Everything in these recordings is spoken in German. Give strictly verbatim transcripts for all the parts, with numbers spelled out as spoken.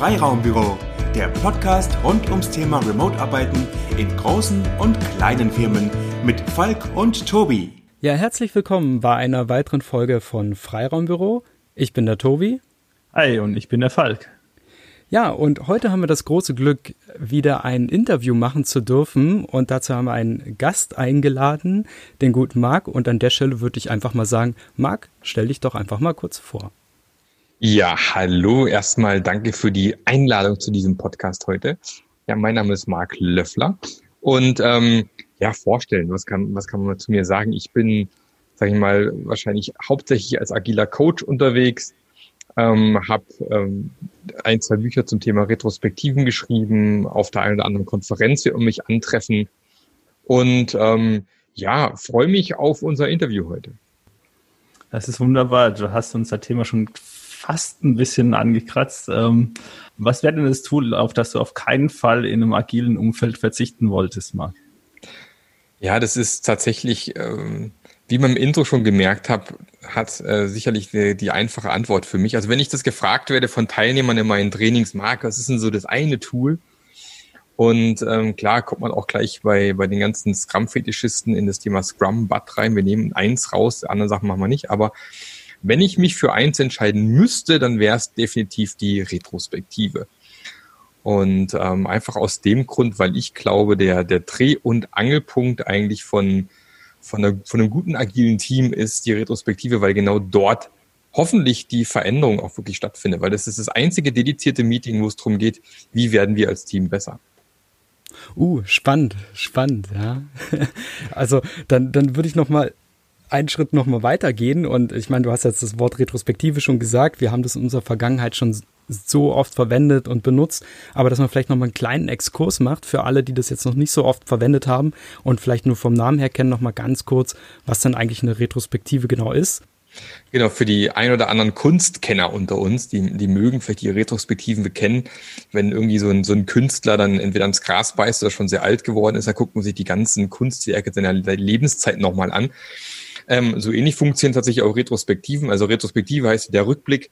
Freiraumbüro, der Podcast rund ums Thema Remote-Arbeiten in großen und kleinen Firmen mit Falk und Tobi. Ja, herzlich willkommen bei einer weiteren Folge von Freiraumbüro. Ich bin der Tobi. Hi, und ich bin der Falk. Ja, und heute haben wir das große Glück, wieder ein Interview machen zu dürfen. Und dazu haben wir einen Gast eingeladen, den guten Marc. Und an der Stelle würde ich einfach mal sagen, Marc, stell dich doch einfach mal kurz vor. Ja, hallo. Erstmal danke für die Einladung zu diesem Podcast heute. Ja, mein Name ist Marc Löffler. Und ähm, ja, vorstellen, was kann, was kann man zu mir sagen? Ich bin, sage ich mal, wahrscheinlich hauptsächlich als agiler Coach unterwegs. Ähm, habe ähm, ein, zwei Bücher zum Thema Retrospektiven geschrieben, auf der einen oder anderen Konferenz wird man mich antreffen und ähm, ja, freue mich auf unser Interview heute. Das ist wunderbar, du hast unser Thema schon fast ein bisschen angekratzt. Ähm, was wäre denn das Tool, auf das du auf keinen Fall in einem agilen Umfeld verzichten wolltest, Marc? Ja, das ist tatsächlich, ähm, wie man im Intro schon gemerkt hat, hat äh, sicherlich die, die einfache Antwort für mich. Also wenn ich das gefragt werde von Teilnehmern in meinen Trainings, Marc, was ist denn so das eine Tool? Und ähm, klar kommt man auch gleich bei bei den ganzen Scrum-Fetischisten in das Thema Scrum-Bud rein. Wir nehmen eins raus, andere Sachen machen wir nicht. Aber wenn ich mich für eins entscheiden müsste, dann wäre es definitiv die Retrospektive. Und ähm, einfach aus dem Grund, weil ich glaube, der der Dreh- und Angelpunkt eigentlich von Von, einer, von einem guten agilen Team ist die Retrospektive, weil genau dort hoffentlich die Veränderung auch wirklich stattfindet, weil das ist das einzige dedizierte Meeting, wo es darum geht, wie werden wir als Team besser. Uh, spannend, spannend, ja. Also dann, dann würde ich noch mal einen Schritt noch mal weitergehen und ich meine, du hast jetzt das Wort Retrospektive schon gesagt, wir haben das in unserer Vergangenheit schon so oft verwendet und benutzt, aber dass man vielleicht noch mal einen kleinen Exkurs macht für alle, die das jetzt noch nicht so oft verwendet haben und vielleicht nur vom Namen her kennen, noch mal ganz kurz, was denn eigentlich eine Retrospektive genau ist. Genau, für die ein oder anderen Kunstkenner unter uns, die die mögen vielleicht die Retrospektiven kennen, wenn irgendwie so ein so ein Künstler dann entweder ins Gras beißt oder schon sehr alt geworden ist, da guckt man sich die ganzen Kunstwerke seiner Lebenszeit nochmal an. Ähm, so ähnlich funktionieren tatsächlich auch Retrospektiven. Also Retrospektive heißt der Rückblick.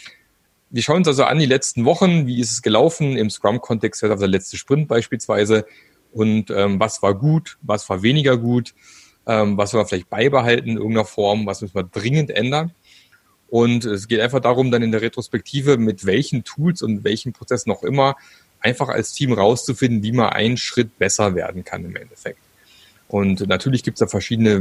Wir schauen uns also an die letzten Wochen, wie ist es gelaufen im Scrum-Kontext, also der letzte Sprint beispielsweise und ähm, was war gut, was war weniger gut, ähm, was wollen wir vielleicht beibehalten in irgendeiner Form, was müssen wir dringend ändern. Und es geht einfach darum, dann in der Retrospektive mit welchen Tools und welchen Prozessen auch immer einfach als Team rauszufinden, wie man einen Schritt besser werden kann im Endeffekt. Und natürlich gibt es da verschiedene,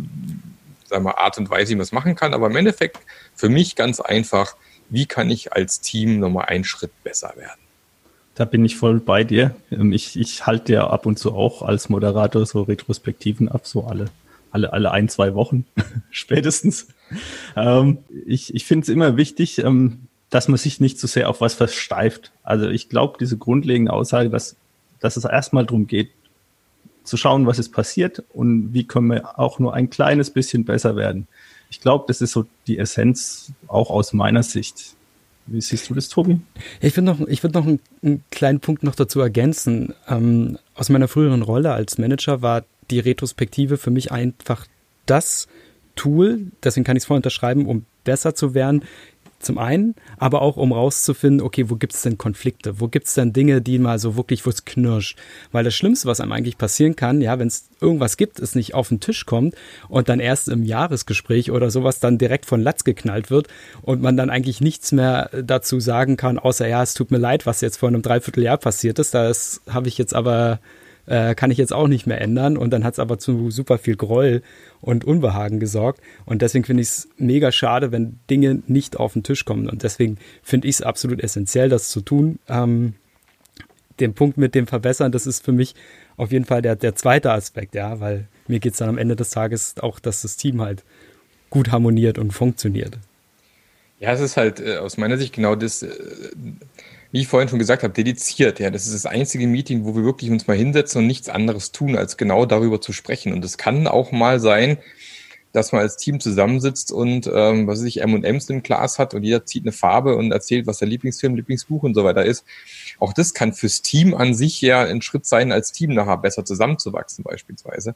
sagen wir, Art und Weise, wie man es machen kann, aber im Endeffekt für mich ganz einfach, wie kann ich als Team nochmal einen Schritt besser werden? Da bin ich voll bei dir. Ich, ich halte ja ab und zu auch als Moderator so Retrospektiven ab, so alle, alle, alle ein, zwei Wochen spätestens. Ähm, ich ich finde es immer wichtig, ähm, dass man sich nicht zu sehr auf was versteift. Also ich glaube, diese grundlegende Aussage, dass, dass es erstmal darum geht, zu schauen, was ist passiert und wie können wir auch nur ein kleines bisschen besser werden. Ich glaube, das ist so die Essenz auch aus meiner Sicht. Wie siehst du das, Tobi? Ich würde noch, ich würde noch einen, einen kleinen Punkt noch dazu ergänzen. Ähm, aus meiner früheren Rolle als Manager war die Retrospektive für mich einfach das Tool, deswegen kann ich es voll unterschreiben, um besser zu werden. Zum einen, aber auch um rauszufinden, okay, wo gibt es denn Konflikte? Wo gibt es denn Dinge, die mal so wirklich, wo es knirscht? Weil das Schlimmste, was einem eigentlich passieren kann, ja, wenn es irgendwas gibt, es nicht auf den Tisch kommt und dann erst im Jahresgespräch oder sowas dann direkt von Latz geknallt wird und man dann eigentlich nichts mehr dazu sagen kann, außer, ja, es tut mir leid, was jetzt vor einem Dreivierteljahr passiert ist. Das habe ich jetzt aber Äh, kann ich jetzt auch nicht mehr ändern und dann hat es aber zu super viel Groll und Unbehagen gesorgt und deswegen finde ich es mega schade, wenn Dinge nicht auf den Tisch kommen und deswegen finde ich es absolut essentiell, das zu tun. Ähm, den Punkt mit dem Verbessern, das ist für mich auf jeden Fall der, der zweite Aspekt, ja, weil mir geht es dann am Ende des Tages auch, dass das Team halt gut harmoniert und funktioniert. Ja, es ist halt äh, aus meiner Sicht genau das, äh, wie ich vorhin schon gesagt habe, dediziert. Ja, das ist das einzige Meeting, wo wir wirklich uns mal hinsetzen und nichts anderes tun, als genau darüber zu sprechen. Und es kann auch mal sein, dass man als Team zusammensitzt und ähm, was weiß ich, M und M's im Glas hat und jeder zieht eine Farbe und erzählt, was der Lieblingsfilm, Lieblingsbuch und so weiter ist. Auch das kann fürs Team an sich ja ein Schritt sein, als Team nachher besser zusammenzuwachsen beispielsweise.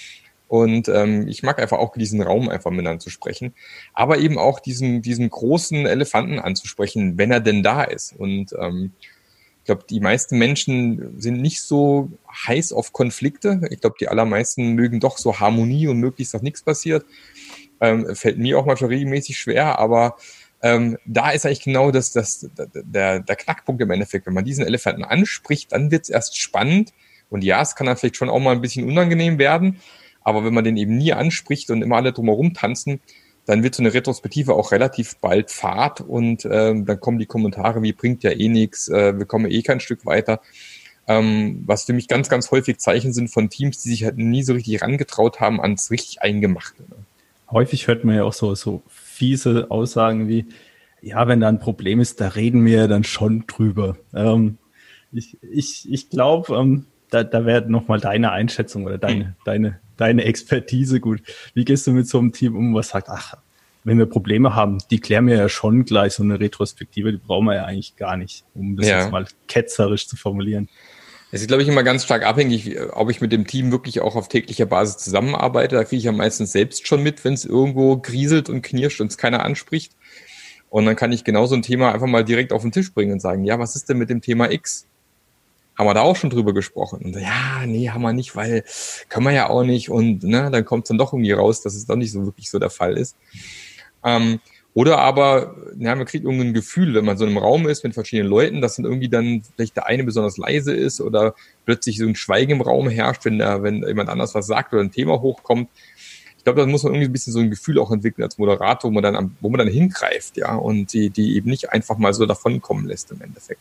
Und ähm, ich mag einfach auch diesen Raum einfach miteinander zu sprechen, aber eben auch diesen diesen großen Elefanten anzusprechen, wenn er denn da ist. Und ähm, Ich glaube, die meisten Menschen sind nicht so heiß auf Konflikte. Ich glaube, die allermeisten mögen doch so Harmonie und möglichst, dass nichts passiert. Ähm, fällt mir auch manchmal regelmäßig schwer, aber ähm, da ist eigentlich genau das, das, der, der Knackpunkt im Endeffekt. Wenn man diesen Elefanten anspricht, dann wird es erst spannend. Und ja, es kann dann vielleicht schon auch mal ein bisschen unangenehm werden. Aber wenn man den eben nie anspricht und immer alle drumherum tanzen, dann wird so eine Retrospektive auch relativ bald Fahrt und ähm, dann kommen die Kommentare wie, bringt ja eh nichts, äh, wir kommen eh kein Stück weiter. Ähm, was für mich ganz, ganz häufig Zeichen sind von Teams, die sich halt nie so richtig rangetraut haben ans richtig Eingemachte. Ne? Häufig hört man ja auch so, so fiese Aussagen wie, ja, wenn da ein Problem ist, da reden wir dann schon drüber. Ähm, ich ich, ich glaube, ähm, da, da wäre nochmal deine Einschätzung oder deine, hm. deine deine Expertise gut. Wie gehst du mit so einem Team um, was sagt, ach, wenn wir Probleme haben, die klären wir ja schon gleich, so eine Retrospektive, die brauchen wir ja eigentlich gar nicht, um das ja. jetzt mal ketzerisch zu formulieren. Es ist, glaube ich, immer ganz stark abhängig, ob ich mit dem Team wirklich auch auf täglicher Basis zusammenarbeite. Da kriege ich ja meistens selbst schon mit, wenn es irgendwo grieselt und knirscht und es keiner anspricht. Und dann kann ich genau so ein Thema einfach mal direkt auf den Tisch bringen und sagen, ja, was ist denn mit dem Thema X? Haben wir da auch schon drüber gesprochen? Und ja, nee, haben wir nicht, weil können wir ja auch nicht. Und ne, dann kommt es dann doch irgendwie raus, dass es doch nicht so wirklich so der Fall ist. Ähm, oder aber, ja, man kriegt irgendwie ein Gefühl, wenn man so in einem Raum ist mit verschiedenen Leuten, dass dann irgendwie dann vielleicht der eine besonders leise ist oder plötzlich so ein Schweigen im Raum herrscht, wenn da, wenn jemand anders was sagt oder ein Thema hochkommt. Ich glaube, da muss man irgendwie ein bisschen so ein Gefühl auch entwickeln als Moderator, wo man dann, am, wo man dann hingreift, ja, und die, die eben nicht einfach mal so davonkommen lässt im Endeffekt.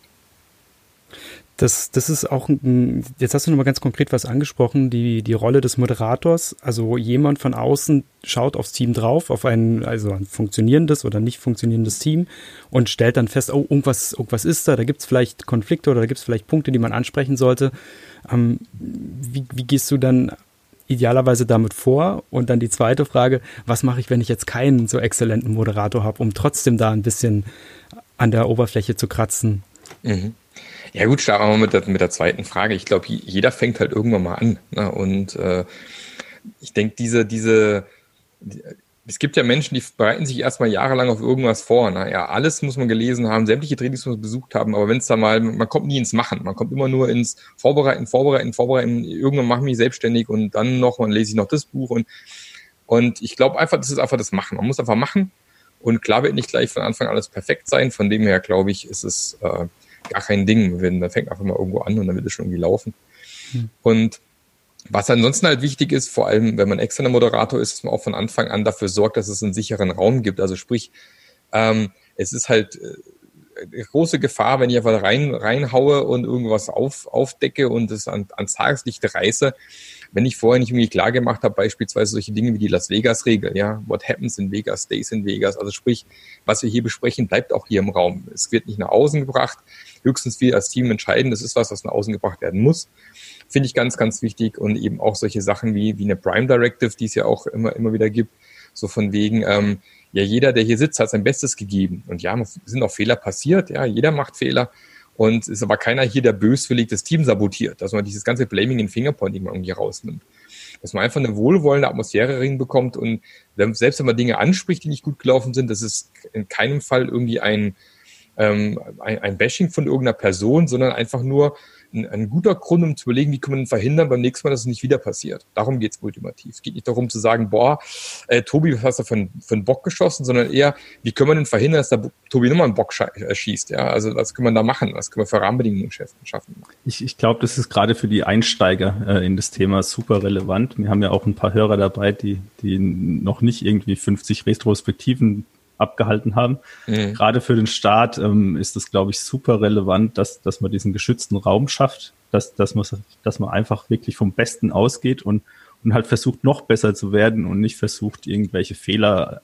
Das, das ist auch, ein, jetzt hast du nochmal ganz konkret was angesprochen, die, die Rolle des Moderators. Also jemand von außen schaut aufs Team drauf, auf ein, also ein funktionierendes oder nicht funktionierendes Team und stellt dann fest, oh, irgendwas, irgendwas ist da, da gibt es vielleicht Konflikte oder da gibt es vielleicht Punkte, die man ansprechen sollte. Ähm, wie, wie gehst du dann idealerweise damit vor? Und dann die zweite Frage, was mache ich, wenn ich jetzt keinen so exzellenten Moderator habe, um trotzdem da ein bisschen an der Oberfläche zu kratzen? Mhm. Ja gut, starten wir mal mit der, mit der zweiten Frage. Ich glaube, jeder fängt halt irgendwann mal an. Ne? Und äh, ich denke, diese, diese, die, es gibt ja Menschen, die bereiten sich erstmal jahrelang auf irgendwas vor. Ne? Ja, alles muss man gelesen haben, sämtliche Trainings muss man besucht haben, aber wenn es da mal, man kommt nie ins Machen. Man kommt immer nur ins Vorbereiten, Vorbereiten, Vorbereiten. Irgendwann mache ich mich selbstständig und dann noch, dann lese ich noch das Buch. Und, und ich glaube einfach, das ist einfach das Machen. Man muss einfach machen. Und klar wird nicht gleich von Anfang an alles perfekt sein. Von dem her, glaube ich, ist es äh, gar kein Ding. Wenn, dann fängt einfach mal irgendwo an und dann wird es schon irgendwie laufen. Hm. Und was ansonsten halt wichtig ist, vor allem wenn man externer Moderator ist, dass man auch von Anfang an dafür sorgt, dass es einen sicheren Raum gibt. Also sprich, ähm, es ist halt äh, große Gefahr, wenn ich einfach rein reinhaue und irgendwas auf, aufdecke und es an, ans Tageslicht reiße, wenn ich vorher nicht irgendwie klar gemacht habe, beispielsweise solche Dinge wie die Las Vegas-Regel, ja, what happens in Vegas, stays in Vegas, also sprich, was wir hier besprechen, bleibt auch hier im Raum. Es wird nicht nach außen gebracht, höchstens wir als Team entscheiden, das ist was, was nach außen gebracht werden muss. Finde ich ganz, ganz wichtig und eben auch solche Sachen wie, wie eine Prime Directive, die es ja auch immer, immer wieder gibt, so von wegen, ähm, ja, jeder, der hier sitzt, hat sein Bestes gegeben und ja, es sind auch Fehler passiert, ja, jeder macht Fehler. Und es ist aber keiner hier, der böswillig das Team sabotiert, dass man dieses ganze Blaming and Fingerpointing irgendwie rausnimmt. Dass man einfach eine wohlwollende Atmosphäre reinbekommt und selbst wenn man Dinge anspricht, die nicht gut gelaufen sind, das ist in keinem Fall irgendwie ein, ähm, ein, ein Bashing von irgendeiner Person, sondern einfach nur ein, ein guter Grund, um zu überlegen, wie kann man verhindern beim nächsten Mal, dass es nicht wieder passiert. Darum geht es ultimativ. Es geht nicht darum zu sagen, boah, äh, Tobi, was hast du für einen, für einen Bock geschossen, sondern eher, wie können wir denn verhindern, dass der Tobi nochmal einen Bock schießt. Ja? Also was kann man da machen? Was können wir für Rahmenbedingungen schaffen? Ich, ich glaube, das ist gerade für die Einsteiger äh, in das Thema super relevant. Wir haben ja auch ein paar Hörer dabei, die, die noch nicht irgendwie fünfzig Retrospektiven abgehalten haben. Mhm. Gerade für den Start ähm, ist das, glaube ich, super relevant, dass, dass man diesen geschützten Raum schafft, dass, dass, man, dass man einfach wirklich vom Besten ausgeht und, und halt versucht, noch besser zu werden und nicht versucht, irgendwelche Fehler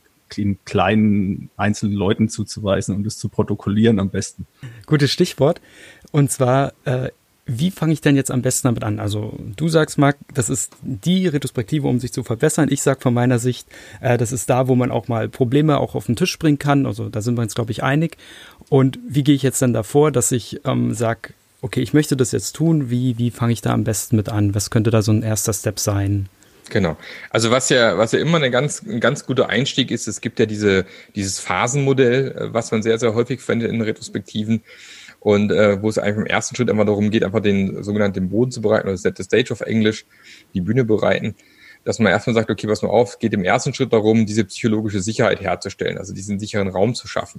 in kleinen einzelnen Leuten zuzuweisen und es zu protokollieren am besten. Gutes Stichwort. Und zwar, äh, wie fange ich denn jetzt am besten damit an? Also du sagst, Marc, das ist die Retrospektive, um sich zu verbessern. Ich sage von meiner Sicht, äh, das ist da, wo man auch mal Probleme auch auf den Tisch bringen kann. Also da sind wir uns, glaube ich, einig. Und wie gehe ich jetzt dann davor, dass ich ähm, sage, okay, ich möchte das jetzt tun. Wie, wie fange ich da am besten mit an? Was könnte da so ein erster Step sein? Genau. Also was ja, was ja immer eine ganz, ein ganz guter Einstieg ist, es gibt ja diese, dieses Phasenmodell, was man sehr, sehr häufig findet in Retrospektiven. Und äh, wo es eigentlich im ersten Schritt einfach darum geht, einfach den sogenannten Boden zu bereiten, oder Set the Stage auf Englisch, die Bühne bereiten, dass man erstmal sagt, okay, pass mal auf, geht im ersten Schritt darum, diese psychologische Sicherheit herzustellen, also diesen sicheren Raum zu schaffen.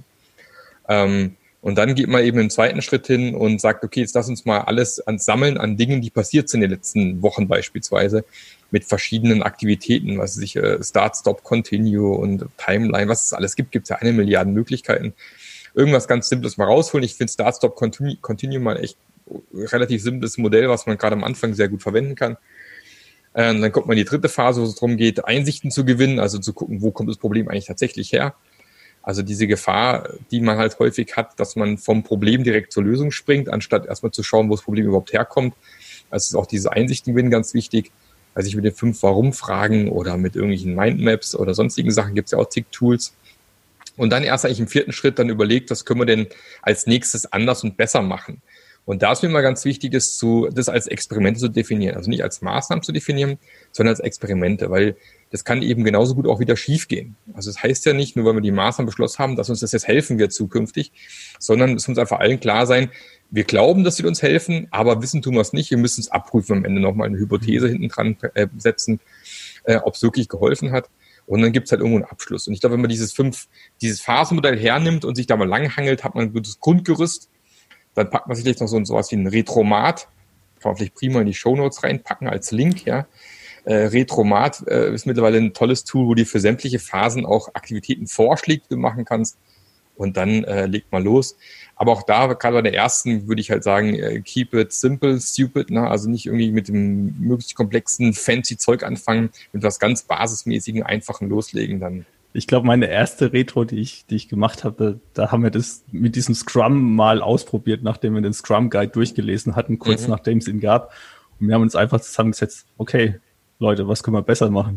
Ähm, und dann geht man eben im zweiten Schritt hin und sagt, okay, jetzt lass uns mal alles an sammeln an Dingen, die passiert sind in den letzten Wochen beispielsweise, mit verschiedenen Aktivitäten, was sich äh, Start, Stop, Continue und Timeline, was es alles gibt, gibt es ja eine Milliarde Möglichkeiten. Irgendwas ganz Simples mal rausholen. Ich finde Start, Stop, Continue, Continue mal echt relativ simples Modell, was man gerade am Anfang sehr gut verwenden kann. Ähm, dann kommt man in die dritte Phase, wo es darum geht, Einsichten zu gewinnen, also zu gucken, wo kommt das Problem eigentlich tatsächlich her. Also diese Gefahr, die man halt häufig hat, dass man vom Problem direkt zur Lösung springt, anstatt erstmal zu schauen, wo das Problem überhaupt herkommt. Also ist auch diese Einsichten gewinnen ganz wichtig. Also ich mit den fünf Warum-Fragen oder mit irgendwelchen Mindmaps oder sonstigen Sachen gibt es ja auch zig Tools. Und dann erst eigentlich im vierten Schritt dann überlegt, was können wir denn als nächstes anders und besser machen. Und da ist mir mal ganz wichtig, ist zu, das als Experimente zu definieren. Also nicht als Maßnahmen zu definieren, sondern als Experimente, weil das kann eben genauso gut auch wieder schief gehen. Also das heißt ja nicht, nur weil wir die Maßnahmen beschlossen haben, dass uns das jetzt helfen wird zukünftig, sondern es muss einfach allen klar sein, wir glauben, das wird uns helfen, aber wissen tun wir es nicht. Wir müssen es abprüfen, am Ende nochmal eine Hypothese hinten dran äh, setzen, äh, ob es wirklich geholfen hat. Und dann gibt es halt irgendwo einen Abschluss. Und ich glaube, wenn man dieses fünf, dieses Phasenmodell hernimmt und sich da mal langhangelt, hat man ein gutes Grundgerüst. Dann packt man sich vielleicht noch so sowas wie ein Retromat. Kann man vielleicht prima in die Shownotes reinpacken als Link, ja. Äh, Retromat äh, ist mittlerweile ein tolles Tool, wo dir für sämtliche Phasen auch Aktivitäten vorschlägt, die du machen kannst. Und dann äh, legt mal los. Aber auch da, gerade bei der ersten, würde ich halt sagen, äh, keep it simple, stupid, ne? Also nicht irgendwie mit dem möglichst komplexen, fancy Zeug anfangen, mit was ganz basismäßigen, einfachen loslegen, dann. Ich glaube, meine erste Retro, die ich, die ich gemacht habe, da haben wir das mit diesem Scrum mal ausprobiert, nachdem wir den Scrum Guide durchgelesen hatten, kurz mhm. nachdem es ihn gab. Und wir haben uns einfach zusammengesetzt, okay, Leute, was können wir besser machen?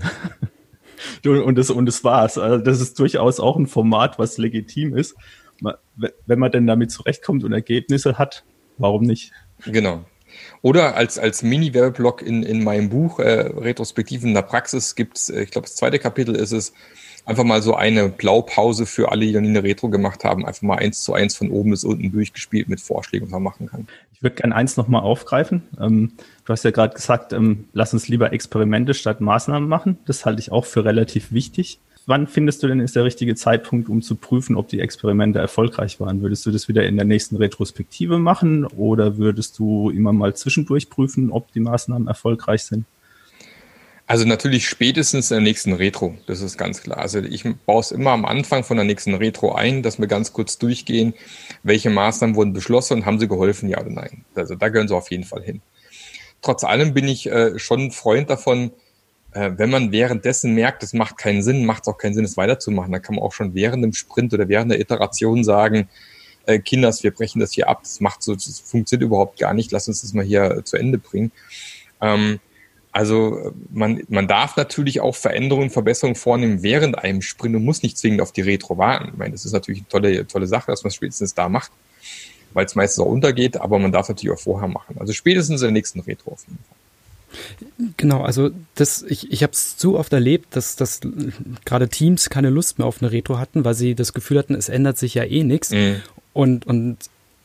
Und das, und das war's. Also das ist durchaus auch ein Format, was legitim ist. Wenn man denn damit zurechtkommt und Ergebnisse hat, warum nicht? Genau. Oder als, als Mini-Werbeblock in, in meinem Buch, äh, Retrospektiven in der Praxis, gibt's, ich glaube, das zweite Kapitel ist es, einfach mal so eine Blaupause für alle, die noch nie eine Retro gemacht haben, einfach mal eins zu eins von oben bis unten durchgespielt mit Vorschlägen, was man machen kann. Ich würde gerne eins nochmal aufgreifen. Ähm, du hast ja gerade gesagt, ähm, lass uns lieber Experimente statt Maßnahmen machen. Das halte ich auch für relativ wichtig. Wann findest du denn, ist der richtige Zeitpunkt, um zu prüfen, ob die Experimente erfolgreich waren? Würdest du das wieder in der nächsten Retrospektive machen oder würdest du immer mal zwischendurch prüfen, ob die Maßnahmen erfolgreich sind? Also natürlich spätestens in der nächsten Retro, das ist ganz klar. Also ich baue es immer am Anfang von der nächsten Retro ein, dass wir ganz kurz durchgehen, welche Maßnahmen wurden beschlossen und haben sie geholfen, ja oder nein. Also da gehören sie auf jeden Fall hin. Trotz allem bin ich äh, schon ein Freund davon, äh, wenn man währenddessen merkt, es macht keinen Sinn, macht es auch keinen Sinn, es weiterzumachen. Dann kann man auch schon während dem Sprint oder während der Iteration sagen, äh, Kinders, wir brechen das hier ab, das macht so, das funktioniert überhaupt gar nicht, lass uns das mal hier zu Ende bringen. Ähm, Also man, man darf natürlich auch Veränderungen, Verbesserungen vornehmen während einem Sprint und muss nicht zwingend auf die Retro warten. Ich meine, das ist natürlich eine tolle, tolle Sache, dass man es spätestens da macht, weil es meistens auch untergeht, aber man darf natürlich auch vorher machen. Also spätestens in der nächsten Retro auf jeden Fall. Genau, also das, ich, ich habe es zu oft erlebt, dass, dass gerade Teams keine Lust mehr auf eine Retro hatten, weil sie das Gefühl hatten, es ändert sich ja eh nichts. Mhm. Und, und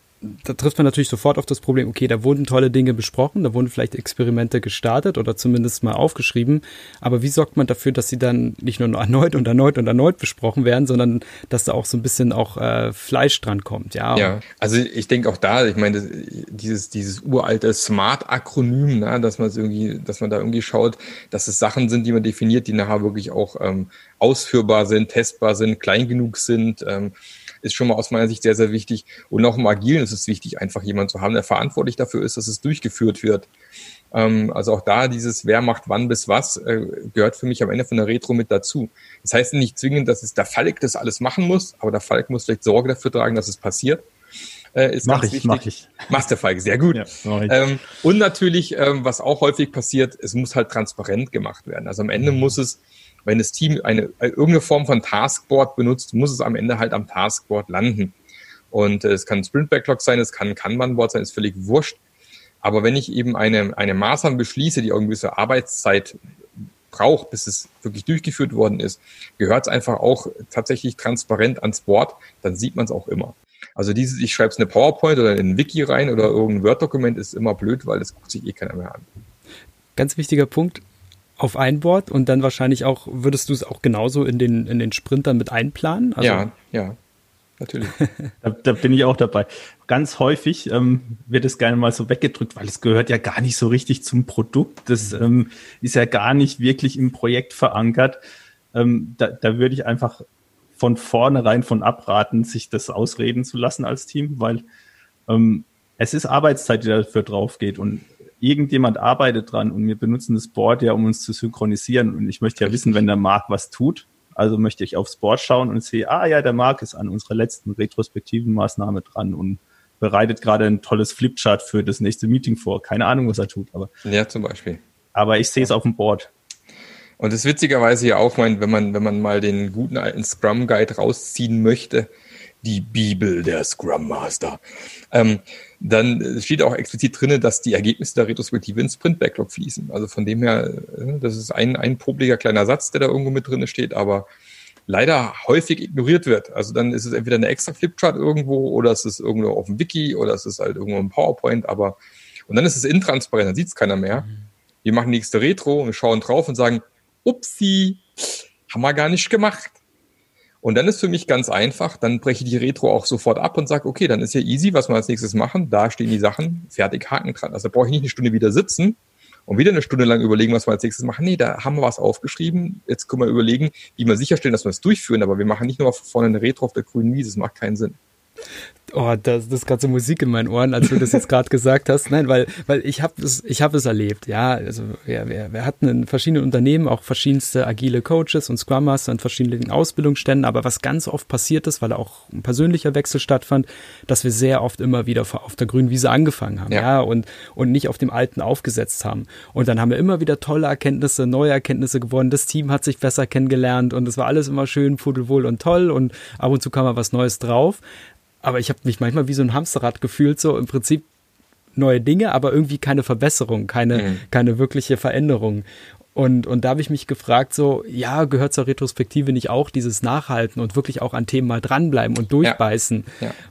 da trifft man natürlich sofort auf das Problem, okay, da wurden tolle Dinge besprochen, da wurden vielleicht Experimente gestartet oder zumindest mal aufgeschrieben, aber wie sorgt man dafür, dass sie dann nicht nur erneut und erneut und erneut besprochen werden, sondern dass da auch so ein bisschen auch äh, Fleisch dran kommt, ja. Ja, also ich denke auch da, ich meine, dieses, dieses uralte SMART-Akronym, ne, dass man irgendwie, dass man da irgendwie schaut, dass es Sachen sind, die man definiert, die nachher wirklich auch ähm, ausführbar sind, testbar sind, klein genug sind, ähm, ist schon mal aus meiner Sicht sehr, sehr wichtig. Und auch im Agilen ist es wichtig, einfach jemanden zu haben, der verantwortlich dafür ist, dass es durchgeführt wird. Ähm, also auch da dieses, wer macht wann bis was, äh, gehört für mich am Ende von der Retro mit dazu. Das heißt nicht zwingend, dass es der Falk das alles machen muss, aber der Falk muss vielleicht Sorge dafür tragen, dass es passiert. Äh, ist mach ganz ich, wichtig. mach ich. Machst der Falk, sehr gut. Ja, ähm, und natürlich, ähm, was auch häufig passiert, es muss halt transparent gemacht werden. Also am Ende mhm. muss es, wenn das Team eine irgendeine Form von Taskboard benutzt, muss es am Ende halt am Taskboard landen. Und äh, es kann ein Sprint-Backlog sein, es kann ein Kanban-Board sein, ist völlig wurscht. Aber wenn ich eben eine, eine Maßnahme beschließe, die irgendwie gewisse Arbeitszeit braucht, bis es wirklich durchgeführt worden ist, gehört es einfach auch tatsächlich transparent ans Board, dann sieht man es auch immer. Also dieses, ich schreibe es in eine PowerPoint oder in ein Wiki rein oder irgendein Word-Dokument, ist immer blöd, weil das guckt sich eh keiner mehr an. Ganz wichtiger Punkt, auf ein Board und dann wahrscheinlich auch, würdest du es auch genauso in den, in den Sprintern mit einplanen? Also ja, ja, natürlich. da, da bin ich auch dabei. Ganz häufig ähm, wird es gerne mal so weggedrückt, weil es gehört ja gar nicht so richtig zum Produkt. Das ähm, ist ja gar nicht wirklich im Projekt verankert. Ähm, da, da würde ich einfach von vornherein von abraten, sich das ausreden zu lassen als Team, weil ähm, es ist Arbeitszeit, die dafür drauf geht und irgendjemand arbeitet dran und wir benutzen das Board ja, um uns zu synchronisieren und ich möchte ja wissen, wenn der Marc was tut, also möchte ich aufs Board schauen und sehe, ah ja, der Marc ist an unserer letzten retrospektiven Maßnahme dran und bereitet gerade ein tolles Flipchart für das nächste Meeting vor. Keine Ahnung, was er tut, aber ja, zum Beispiel. Aber ich sehe es auf dem Board. Und das ist witzigerweise ja auch, mein, wenn man, wenn man mal den guten alten Scrum Guide rausziehen möchte, die Bibel der Scrum Master, ähm, dann steht auch explizit drin, dass die Ergebnisse der Retrospektive ins Sprint-Backlog fließen. Also von dem her, das ist ein, ein popliger kleiner Satz, der da irgendwo mit drin steht, aber leider häufig ignoriert wird. Also dann ist es entweder eine extra Flipchart irgendwo oder es ist irgendwo auf dem Wiki oder es ist halt irgendwo im PowerPoint, aber und dann ist es intransparent, dann sieht es keiner mehr. Wir machen nächste Retro und wir schauen drauf und sagen, upsi, haben wir gar nicht gemacht. Und dann ist für mich ganz einfach, dann breche ich die Retro auch sofort ab und sage, okay, dann ist ja easy, was wir als nächstes machen. Da stehen die Sachen, fertig, Haken dran. Also da brauche ich nicht eine Stunde wieder sitzen und wieder eine Stunde lang überlegen, was wir als nächstes machen. Nee, da haben wir was aufgeschrieben. Jetzt können wir überlegen, wie wir sicherstellen, dass wir es durchführen. Aber wir machen nicht nur vorne eine Retro auf der grünen Wiese. Das macht keinen Sinn. Oh, das, das ist gerade so Musik in meinen Ohren, als du das jetzt gerade gesagt hast. Nein, weil, weil ich habe es, ich habe es erlebt. Ja, also wir, wir, wir hatten in verschiedenen Unternehmen auch verschiedenste agile Coaches und Scrum Master in verschiedenen Ausbildungsständen. Aber was ganz oft passiert ist, weil auch ein persönlicher Wechsel stattfand, dass wir sehr oft immer wieder auf der grünen Wiese angefangen haben, ja, ja und und nicht auf dem Alten aufgesetzt haben. Und dann haben wir immer wieder tolle Erkenntnisse, neue Erkenntnisse gewonnen. Das Team hat sich besser kennengelernt und es war alles immer schön, pudelwohl und toll und ab und zu kam mal was Neues drauf. Aber ich habe mich manchmal wie so ein Hamsterrad gefühlt, so im Prinzip neue Dinge, aber irgendwie keine Verbesserung, keine, mhm. keine wirkliche Veränderung. Und, und da habe ich mich gefragt, so, ja, gehört zur Retrospektive nicht auch dieses Nachhalten und wirklich auch an Themen mal dranbleiben und durchbeißen? Ja. Ja.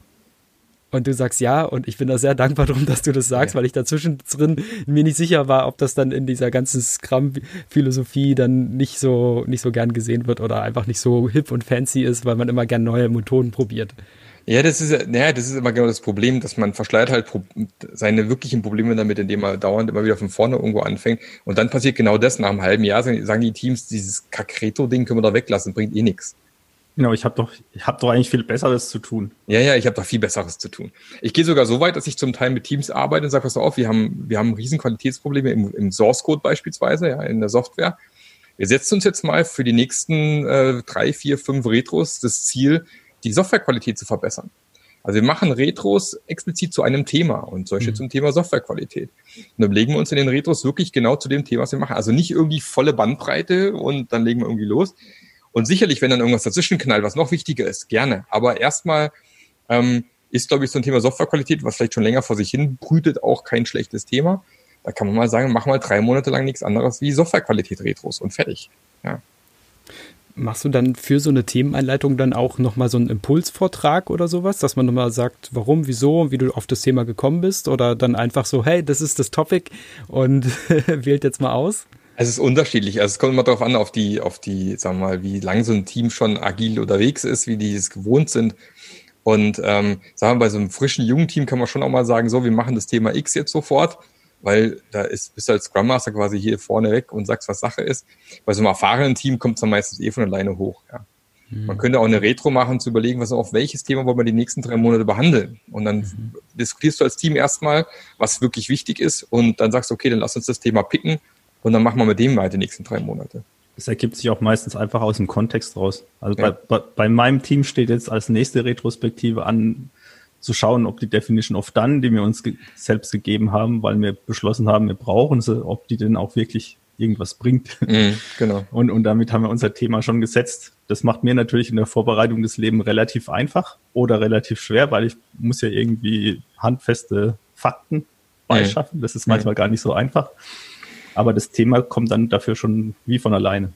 Und du sagst ja, und ich bin da sehr dankbar drum, dass du das sagst, ja. weil ich dazwischen drin mir nicht sicher war, ob das dann in dieser ganzen Scrum-Philosophie dann nicht so, nicht so gern gesehen wird oder einfach nicht so hip und fancy ist, weil man immer gern neue Methoden probiert. Ja, das ist ja, das ist immer genau das Problem, dass man verschleiert halt seine wirklichen Probleme damit, indem man dauernd immer wieder von vorne irgendwo anfängt. Und dann passiert genau das. Nach einem halben Jahr sagen die Teams, dieses Kack-Reto-Ding können wir da weglassen, bringt eh nichts. Genau, ich habe doch, ich habe doch eigentlich viel Besseres zu tun. Ja, ja, ich habe doch viel Besseres zu tun. Ich gehe sogar so weit, dass ich zum Teil mit Teams arbeite und sage, pass auf, wir haben, wir haben riesen Qualitätsprobleme im, im Source-Code beispielsweise, ja, in der Software. Wir setzen uns jetzt mal für die nächsten äh, drei, vier, fünf Retros das Ziel, die Softwarequalität zu verbessern. Also wir machen Retros explizit zu einem Thema und solche mhm. zum Thema Softwarequalität. Und dann legen wir uns in den Retros wirklich genau zu dem Thema, was wir machen. Also nicht irgendwie volle Bandbreite und dann legen wir irgendwie los. Und sicherlich, wenn dann irgendwas dazwischen knallt, was noch wichtiger ist, gerne. Aber erstmal ähm, ist, glaube ich, so ein Thema Softwarequalität, was vielleicht schon länger vor sich hin brütet, auch kein schlechtes Thema. Da kann man mal sagen, mach mal drei Monate lang nichts anderes wie Softwarequalität-Retros und fertig. Ja. Machst du dann für so eine Themeneinleitung dann auch nochmal so einen Impulsvortrag oder sowas, dass man nochmal sagt, warum, wieso und wie du auf das Thema gekommen bist oder dann einfach so, hey, das ist das Topic und wählt jetzt mal aus? Es ist unterschiedlich. Also es kommt immer darauf an, auf die, auf die, sagen wir mal, wie lang so ein Team schon agil unterwegs ist, wie die es gewohnt sind. Und ähm, sagen wir, bei so einem frischen, jungen Team kann man schon auch mal sagen, so, wir machen das Thema X jetzt sofort, weil da ist, bist du als Scrum Master quasi hier vorne weg und sagst, was Sache ist. Bei so einem erfahrenen Team kommt es dann meistens eh von alleine hoch. Ja. Mhm. Man könnte auch eine Retro machen, zu überlegen, was auf welches Thema wollen wir die nächsten drei Monate behandeln. Und dann mhm. diskutierst du als Team erstmal, was wirklich wichtig ist und dann sagst du, okay, dann lass uns das Thema picken und dann machen wir mit dem weiter die nächsten drei Monate. Das ergibt sich auch meistens einfach aus dem Kontext raus. Also ja. bei, bei, bei meinem Team steht jetzt als nächste Retrospektive an, zu schauen, ob die Definition of Done, die wir uns ge- selbst gegeben haben, weil wir beschlossen haben, wir brauchen sie, ob die denn auch wirklich irgendwas bringt. Mhm, genau. Und, und damit haben wir unser Thema schon gesetzt. Das macht mir natürlich in der Vorbereitung des Lebens relativ einfach oder relativ schwer, weil ich muss ja irgendwie handfeste Fakten beischaffen. Das ist manchmal mhm. gar nicht so einfach. Aber das Thema kommt dann dafür schon wie von alleine.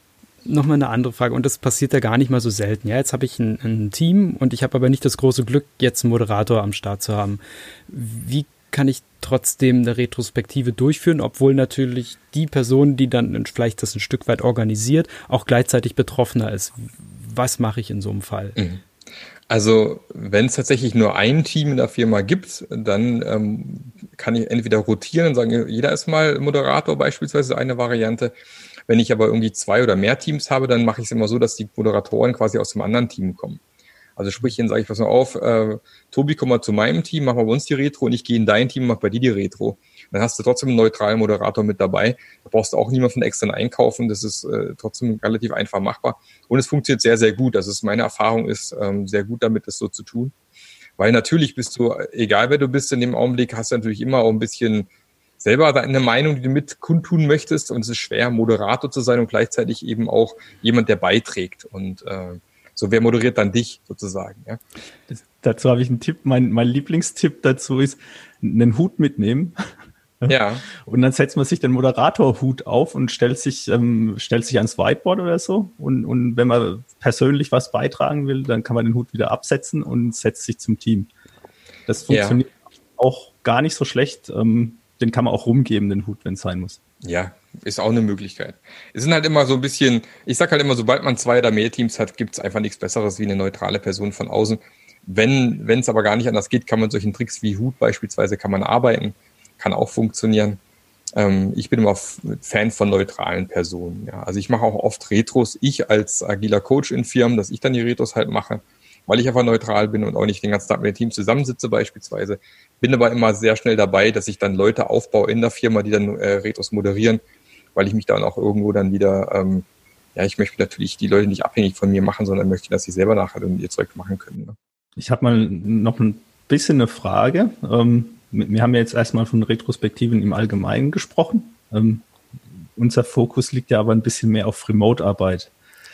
nochmal eine andere Frage, und das passiert ja gar nicht mal so selten. Ja, jetzt habe ich ein, ein Team und ich habe aber nicht das große Glück, jetzt einen Moderator am Start zu haben. Wie kann ich trotzdem eine Retrospektive durchführen, obwohl natürlich die Person, die dann vielleicht das ein Stück weit organisiert, auch gleichzeitig Betroffener ist? Was mache ich in so einem Fall? Also wenn es tatsächlich nur ein Team in der Firma gibt, dann ähm, kann ich entweder rotieren und sagen, jeder ist mal Moderator beispielsweise, eine Variante. Wenn ich aber irgendwie zwei oder mehr Teams habe, dann mache ich es immer so, dass die Moderatoren quasi aus dem anderen Team kommen. Also sprich, dann sage ich, pass mal auf, äh, Tobi, komm mal zu meinem Team, mach mal bei uns die Retro und ich gehe in dein Team, mach bei dir die Retro. Dann hast du trotzdem einen neutralen Moderator mit dabei. Da brauchst du auch niemanden von extern einkaufen. Das ist äh, trotzdem relativ einfach machbar. Und es funktioniert sehr, sehr gut. Also es, meine Erfahrung ist ähm, sehr gut damit, das so zu tun. Weil natürlich bist du, egal wer du bist in dem Augenblick, hast du natürlich immer auch ein bisschen selber eine Meinung, die du mit kundtun möchtest. Und es ist schwer, Moderator zu sein und gleichzeitig eben auch jemand, der beiträgt. Und äh, so, wer moderiert dann dich sozusagen? Ja? Das, dazu habe ich einen Tipp. Mein, mein Lieblingstipp dazu ist, einen Hut mitnehmen. Ja. Und dann setzt man sich den Moderatorhut auf und stellt sich, ähm, stellt sich ans Whiteboard oder so. Und, und wenn man persönlich was beitragen will, dann kann man den Hut wieder absetzen und setzt sich zum Team. Das funktioniert ja auch gar nicht so schlecht. Ähm, den kann man auch rumgeben, den Hut, wenn es sein muss. Ja, ist auch eine Möglichkeit. Es sind halt immer so ein bisschen, ich sag halt immer, sobald man zwei oder mehr Teams hat, gibt es einfach nichts Besseres wie eine neutrale Person von außen. Wenn wenn es aber gar nicht anders geht, kann man mit solchen Tricks wie Hut beispielsweise kann man arbeiten, kann auch funktionieren. Ähm, ich bin immer Fan von neutralen Personen. Ja. Also ich mache auch oft Retros, ich als agiler Coach in Firmen, dass ich dann die Retros halt mache, weil ich einfach neutral bin und auch nicht den ganzen Tag mit dem Team zusammensitze beispielsweise. Bin aber immer sehr schnell dabei, dass ich dann Leute aufbaue in der Firma, die dann äh, Retros moderieren, weil ich mich dann auch irgendwo dann wieder, ähm, ja, ich möchte natürlich die Leute nicht abhängig von mir machen, sondern möchte, dass sie selber nachher dann ihr Zeug machen können. Ne? Ich habe mal noch ein bisschen eine Frage. Ähm, wir haben ja jetzt erstmal von Retrospektiven im Allgemeinen gesprochen. Ähm, unser Fokus liegt ja aber ein bisschen mehr auf Remote-Arbeit.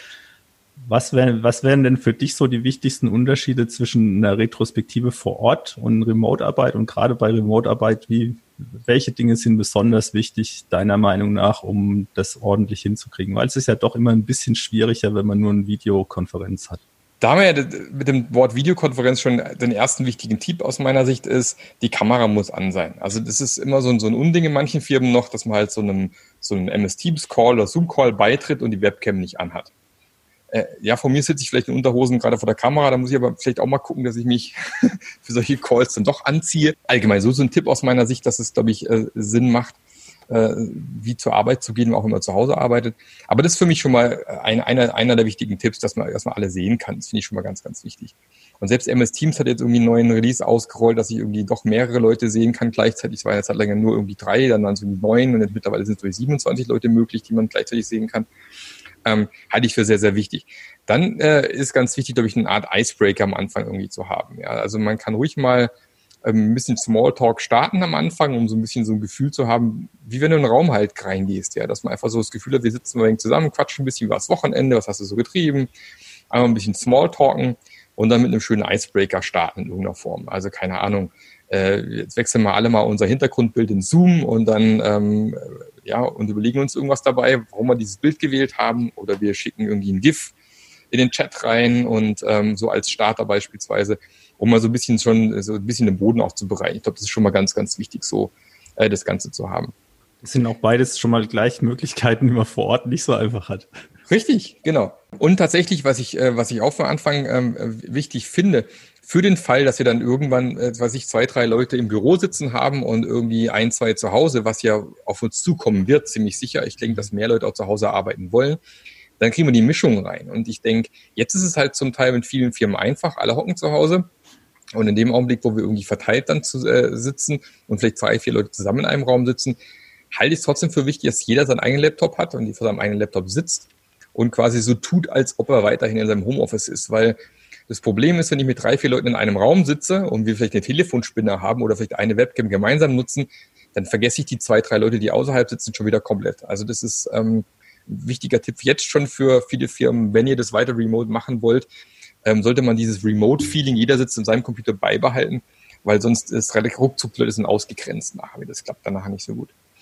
Was wären, was wären denn für dich so die wichtigsten Unterschiede zwischen einer Retrospektive vor Ort und Remote-Arbeit? Und gerade bei Remote-Arbeit, wie, welche Dinge sind besonders wichtig, deiner Meinung nach, um das ordentlich hinzukriegen? Weil es ist ja doch immer ein bisschen schwieriger, wenn man nur eine Videokonferenz hat. Da haben wir ja mit dem Wort Videokonferenz schon den ersten wichtigen Tipp aus meiner Sicht ist, die Kamera muss an sein. Also das ist immer so ein, so ein Unding in manchen Firmen noch, dass man halt so einem, so einem M S Teams Call oder Zoom Call beitritt und die Webcam nicht anhat. Äh, ja, von mir sitze ich vielleicht in Unterhosen gerade vor der Kamera, da muss ich aber vielleicht auch mal gucken, dass ich mich für solche Calls dann doch anziehe. Allgemein, so so ein Tipp aus meiner Sicht, dass es, glaube ich, äh, Sinn macht, äh, wie zur Arbeit zu gehen, auch wenn man zu Hause arbeitet. Aber das ist für mich schon mal ein, einer, einer der wichtigen Tipps, dass man, dass man alle sehen kann. Das finde ich schon mal ganz, ganz wichtig. Und selbst M S Teams hat jetzt irgendwie einen neuen Release ausgerollt, dass ich irgendwie doch mehrere Leute sehen kann gleichzeitig. Es war jetzt halt länger nur irgendwie drei, dann waren es irgendwie neun und jetzt mittlerweile sind es durch siebenundzwanzig Leute möglich, die man gleichzeitig sehen kann. Ähm, halte ich für sehr, sehr wichtig. Dann äh, ist ganz wichtig, glaube ich, eine Art Icebreaker am Anfang irgendwie zu haben. Ja, also man kann ruhig mal ähm, ein bisschen Smalltalk starten am Anfang, um so ein bisschen so ein Gefühl zu haben, wie wenn du in einen Raum halt reingehst, ja, dass man einfach so das Gefühl hat, wir sitzen mal zusammen, quatschen ein bisschen über das Wochenende, was hast du so getrieben, einmal ein bisschen Smalltalken und dann mit einem schönen Icebreaker starten in irgendeiner Form. Also keine Ahnung, äh, jetzt wechseln wir alle mal unser Hintergrundbild in Zoom und dann ähm, ja, und überlegen uns irgendwas dabei, warum wir dieses Bild gewählt haben, oder wir schicken irgendwie ein GIF in den Chat rein und ähm, so als Starter beispielsweise, um mal so ein bisschen schon so ein bisschen den Boden aufzubereiten. Ich glaube, das ist schon mal ganz, ganz wichtig, so äh, das Ganze zu haben. Das sind auch beides schon mal gleich Möglichkeiten, die man vor Ort nicht so einfach hat. Richtig, genau. Und tatsächlich, was ich, äh, was ich auch von Anfang ähm, wichtig finde, für den Fall, dass wir dann irgendwann, äh, weiß ich, zwei, drei Leute im Büro sitzen haben und irgendwie ein, zwei zu Hause, was ja auf uns zukommen wird, ziemlich sicher. Ich denke, dass mehr Leute auch zu Hause arbeiten wollen. Dann kriegen wir die Mischung rein. Und ich denke, jetzt ist es halt zum Teil mit vielen Firmen einfach. Alle hocken zu Hause. Und in dem Augenblick, wo wir irgendwie verteilt dann zu äh, sitzen und vielleicht zwei, vier Leute zusammen in einem Raum sitzen, halte ich es trotzdem für wichtig, dass jeder seinen eigenen Laptop hat und die vor seinem eigenen Laptop sitzt und quasi so tut, als ob er weiterhin in seinem Homeoffice ist. Weil das Problem ist, wenn ich mit drei, vier Leuten in einem Raum sitze und wir vielleicht eine Telefonspinne haben oder vielleicht eine Webcam gemeinsam nutzen, dann vergesse ich die zwei, drei Leute, die außerhalb sitzen, schon wieder komplett. Also das ist ähm, ein wichtiger Tipp jetzt schon für viele Firmen. Wenn ihr das weiter remote machen wollt, ähm, sollte man dieses Remote-Feeling, jeder sitzt in seinem Computer, beibehalten, weil sonst ist relativ ruckzuck Leute sind ausgegrenzt nachher. Das klappt dann nachher nicht so gut.